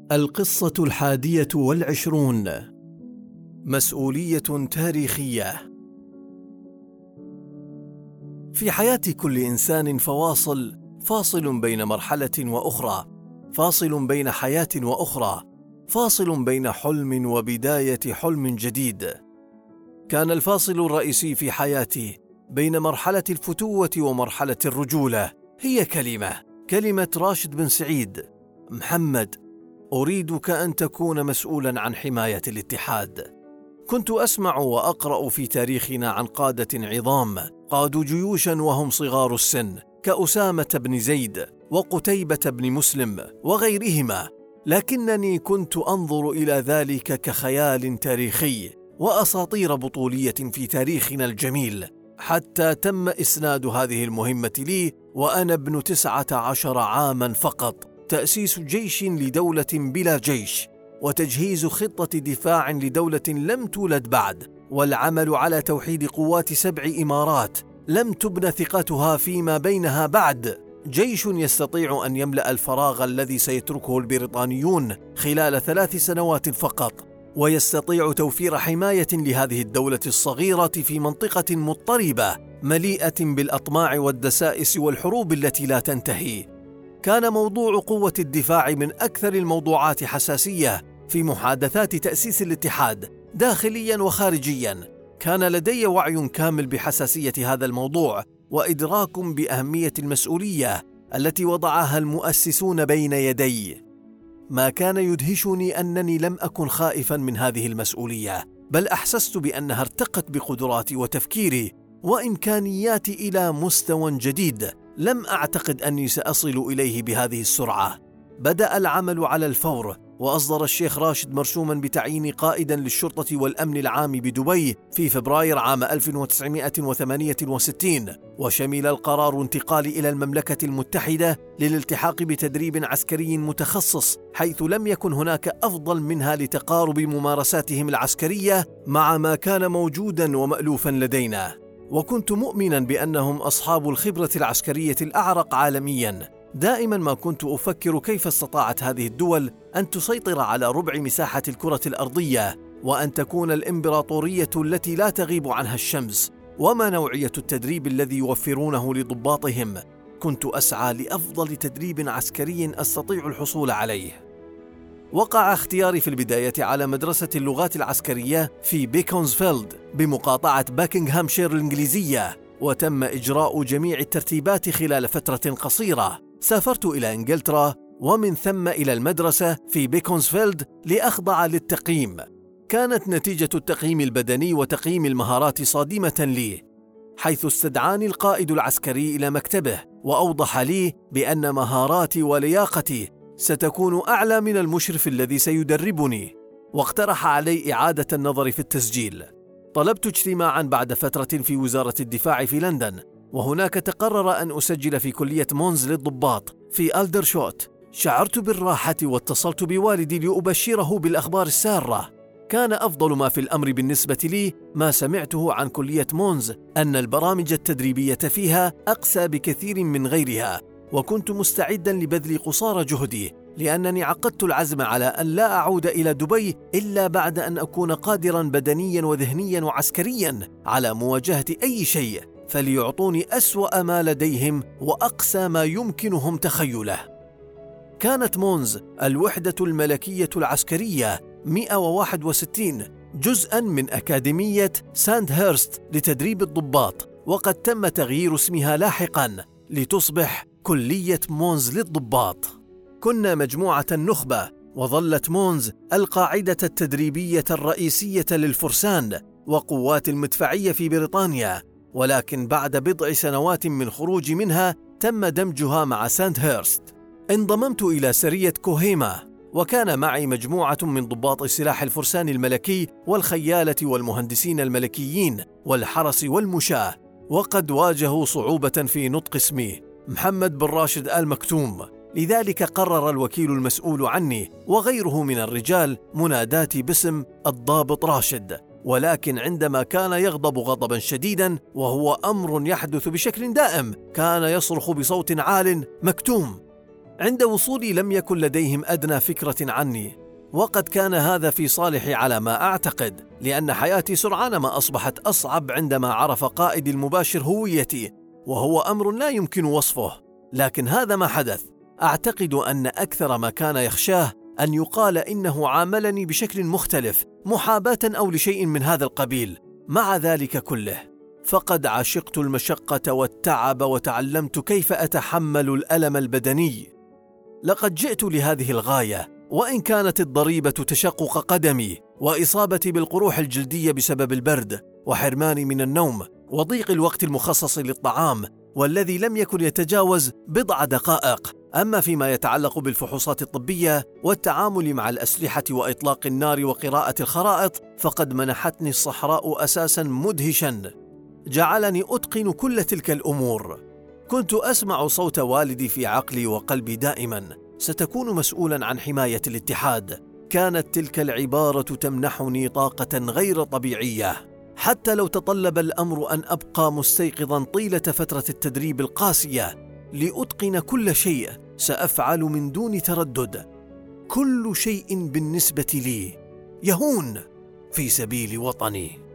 القصة 21. مسؤولية تاريخية. في حياة كل إنسان فاصل بين مرحلة وأخرى، فاصل بين حياة وأخرى، فاصل بين حلم وبداية حلم جديد. كان الفاصل الرئيسي في حياتي بين مرحلة الفتوة ومرحلة الرجولة هي كلمة راشد بن سعيد: محمد، أريدك أن تكون مسؤولا عن حماية الاتحاد. كنت أسمع وأقرأ في تاريخنا عن قادة عظام قادوا جيوشا وهم صغار السن، كأسامة بن زيد وقتيبة بن مسلم وغيرهما، لكنني كنت أنظر إلى ذلك كخيال تاريخي وأساطير بطولية في تاريخنا الجميل، حتى تم إسناد هذه المهمة لي وأنا ابن 19 عاما فقط، تأسيس جيش لدولة بلا جيش، وتجهيز خطة دفاع لدولة لم تولد بعد، والعمل على توحيد قوات 7 إمارات لم تبن ثقتها فيما بينها بعد، جيش يستطيع أن يملأ الفراغ الذي سيتركه البريطانيون خلال 3 سنوات فقط، ويستطيع توفير حماية لهذه الدولة الصغيرة في منطقة مضطربة مليئة بالأطماع والدسائس والحروب التي لا تنتهي. كان موضوع قوة الدفاع من أكثر الموضوعات حساسية في محادثات تأسيس الاتحاد داخليا وخارجيا. كان لدي وعي كامل بحساسية هذا الموضوع وإدراك بأهمية المسؤولية التي وضعها المؤسسون بين يدي. ما كان يدهشني أنني لم أكن خائفا من هذه المسؤولية، بل أحسست بأنها ارتقت بقدراتي وتفكيري وإمكانياتي إلى مستوى جديد لم أعتقد أني سأصل إليه بهذه السرعة. بدأ العمل على الفور، وأصدر الشيخ راشد مرسوما بتعيين قائدا للشرطة والأمن العام بدبي في فبراير عام 1968، وشمل القرار انتقالي إلى المملكة المتحدة للالتحاق بتدريب عسكري متخصص، حيث لم يكن هناك أفضل منها لتقارب ممارساتهم العسكرية مع ما كان موجودا ومألوفا لدينا. وكنت مؤمنا بأنهم أصحاب الخبرة العسكرية الأعرق عالميا. دائما ما كنت أفكر كيف استطاعت هذه الدول أن تسيطر على ربع مساحة الكرة الأرضية، وأن تكون الإمبراطورية التي لا تغيب عنها الشمس، وما نوعية التدريب الذي يوفرونه لضباطهم. كنت أسعى لأفضل تدريب عسكري أستطيع الحصول عليه. وقع اختياري في البداية على مدرسة اللغات العسكرية في بيكونزفيلد بمقاطعة باكنغهامشير الإنجليزية، وتم إجراء جميع الترتيبات خلال فترة قصيرة. سافرت إلى إنجلترا ومن ثم إلى المدرسة في بيكونزفيلد لأخضع للتقييم. كانت نتيجة التقييم البدني وتقييم المهارات صادمة لي، حيث استدعاني القائد العسكري إلى مكتبه وأوضح لي بأن مهاراتي ولياقتي ستكون أعلى من المشرف الذي سيدربني، واقترح علي إعادة النظر في التسجيل. طلبت اجتماعا بعد فترة في وزارة الدفاع في لندن، وهناك تقرر أن أسجل في كلية مونز للضباط في ألدرشوت. شعرت بالراحة واتصلت بوالدي لأبشره بالأخبار السارة. كان أفضل ما في الأمر بالنسبة لي ما سمعته عن كلية مونز، أن البرامج التدريبية فيها أقسى بكثير من غيرها، وكنت مستعدا لبذل قصارى جهدي، لأنني عقدت العزم على أن لا أعود إلى دبي إلا بعد أن أكون قادرا بدنيا وذهنيا وعسكريا على مواجهة أي شيء، فليعطوني أسوأ ما لديهم وأقسى ما يمكنهم تخيله. كانت مونز الوحدة الملكية العسكرية 161 جزءا من أكاديمية ساندهيرست لتدريب الضباط، وقد تم تغيير اسمها لاحقا لتصبح كلية مونز للضباط. كنا مجموعة نخبة، وظلت مونز القاعدة التدريبية الرئيسية للفرسان وقوات المدفعية في بريطانيا، ولكن بعد بضع سنوات من خروج منها تم دمجها مع ساندهيرست. انضممت إلى سرية كوهيما، وكان معي مجموعة من ضباط سلاح الفرسان الملكي والخيالة والمهندسين الملكيين والحرس والمشاة، وقد واجهوا صعوبة في نطق اسمي محمد بن راشد آل مكتوم، لذلك قرر الوكيل المسؤول عني وغيره من الرجال مناداتي باسم الضابط راشد، ولكن عندما كان يغضب غضبا شديدا، وهو أمر يحدث بشكل دائم، كان يصرخ بصوت عال: مكتوم. عند وصولي لم يكن لديهم أدنى فكرة عني، وقد كان هذا في صالحي على ما أعتقد، لأن حياتي سرعان ما أصبحت أصعب عندما عرف قائدي المباشر هويتي، وهو أمر لا يمكن وصفه، لكن هذا ما حدث. أعتقد أن أكثر ما كان يخشاه أن يقال إنه عاملني بشكل مختلف، محاباة أو لشيء من هذا القبيل. مع ذلك كله فقد عشقت المشقة والتعب، وتعلمت كيف أتحمل الألم البدني. لقد جئت لهذه الغاية، وإن كانت الضريبة تشقق قدمي وإصابتي بالقروح الجلدية بسبب البرد، وحرماني من النوم، وضيق الوقت المخصص للطعام والذي لم يكن يتجاوز بضع دقائق. أما فيما يتعلق بالفحوصات الطبية والتعامل مع الأسلحة وإطلاق النار وقراءة الخرائط، فقد منحتني الصحراء أساساً مدهشاً جعلني أتقن كل تلك الأمور. كنت أسمع صوت والدي في عقلي وقلبي دائماً: ستكون مسؤولاً عن حماية الاتحاد. كانت تلك العبارة تمنحني طاقة غير طبيعية، حتى لو تطلب الأمر أن أبقى مستيقظاً طيلة فترة التدريب القاسية لأتقن كل شيء. سأفعل من دون تردد. كل شيء بالنسبة لي يهون في سبيل وطني.